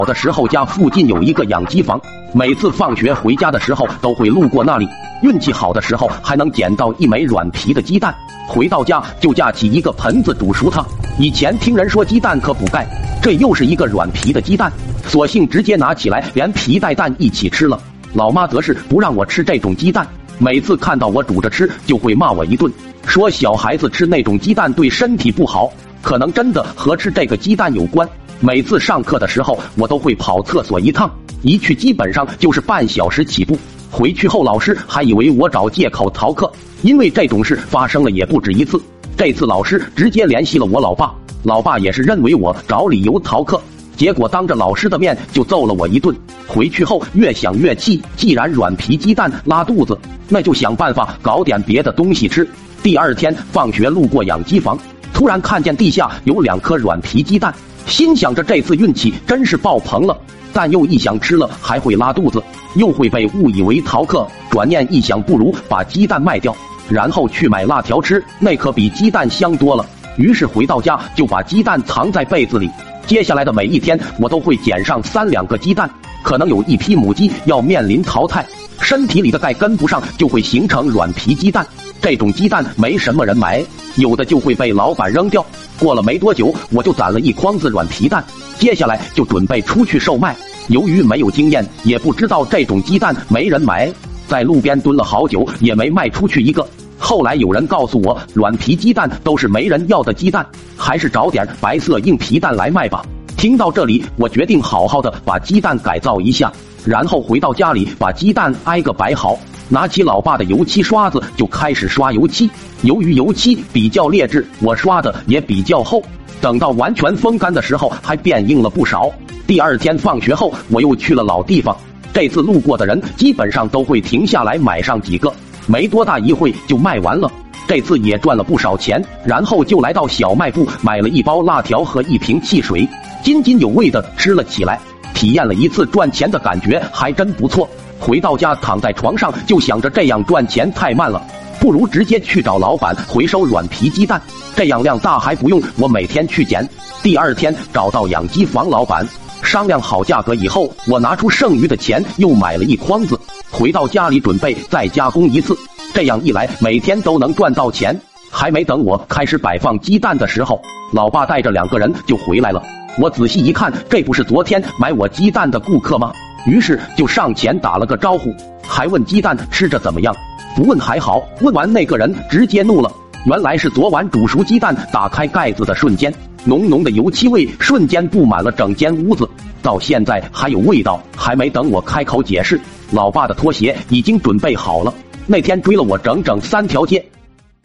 的时候家附近有一个养鸡房，每次放学回家的时候都会路过那里，运气好的时候还能捡到一枚软皮的鸡蛋，回到家就架起一个盆子煮熟它。以前听人说鸡蛋可补钙，这又是一个软皮的鸡蛋，索性直接拿起来连皮带蛋一起吃了。老妈则是不让我吃这种鸡蛋，每次看到我煮着吃就会骂我一顿，说小孩子吃那种鸡蛋对身体不好，可能真的和吃这个鸡蛋有关。每次上课的时候我都会跑厕所一趟，一去基本上就是半小时起步，回去后老师还以为我找借口逃课，因为这种事发生了也不止一次。这次老师直接联系了我老爸，老爸也是认为我找理由逃课，结果当着老师的面就揍了我一顿。回去后越想越气，既然软皮鸡蛋拉肚子，那就想办法搞点别的东西吃。第二天放学路过养鸡房，突然看见地下有2颗软皮鸡蛋，心想着这次运气真是爆棚了，但又一想吃了还会拉肚子，又会被误以为逃课，转念一想不如把鸡蛋卖掉，然后去买辣条吃，那可比鸡蛋香多了。于是回到家就把鸡蛋藏在被子里，接下来的每一天我都会捡上3-2个鸡蛋，可能有一批母鸡要面临淘汰，身体里的钙跟不上就会形成软皮鸡蛋，这种鸡蛋没什么人买，有的就会被老板扔掉。过了没多久我就攒了一筐子软皮蛋，接下来就准备出去售卖。由于没有经验，也不知道这种鸡蛋没人买，在路边蹲了好久也没卖出去一个。后来有人告诉我，软皮鸡蛋都是没人要的鸡蛋，还是找点白色硬皮蛋来卖吧。听到这里，我决定好好的把鸡蛋改造一下，然后回到家里把鸡蛋挨个摆好，拿起老爸的油漆刷子就开始刷油漆。由于油漆比较劣质，我刷的也比较厚，等到完全风干的时候还变硬了不少。第二天放学后我又去了老地方，这次路过的人基本上都会停下来买上几个，没多大一会就卖完了，这次也赚了不少钱。然后就来到小卖部买了1包辣条和1瓶汽水，津津有味的吃了起来，体验了一次赚钱的感觉，还真不错。回到家躺在床上就想着这样赚钱太慢了，不如直接去找老板回收软皮鸡蛋，这样量大还不用我每天去捡。第二天找到养鸡房老板，商量好价格以后，我拿出剩余的钱又买了1筐子，回到家里准备再加工一次，这样一来每天都能赚到钱。还没等我开始摆放鸡蛋的时候，老爸带着2个人就回来了。我仔细一看，这不是昨天买我鸡蛋的顾客吗？于是就上前打了个招呼，还问鸡蛋吃着怎么样。不问还好，问完那个人直接怒了，原来是昨晚煮熟鸡蛋打开盖子的瞬间，浓浓的油漆味瞬间布满了整间屋子，到现在还有味道。还没等我开口解释，老爸的拖鞋已经准备好了。那天追了我整整3条街。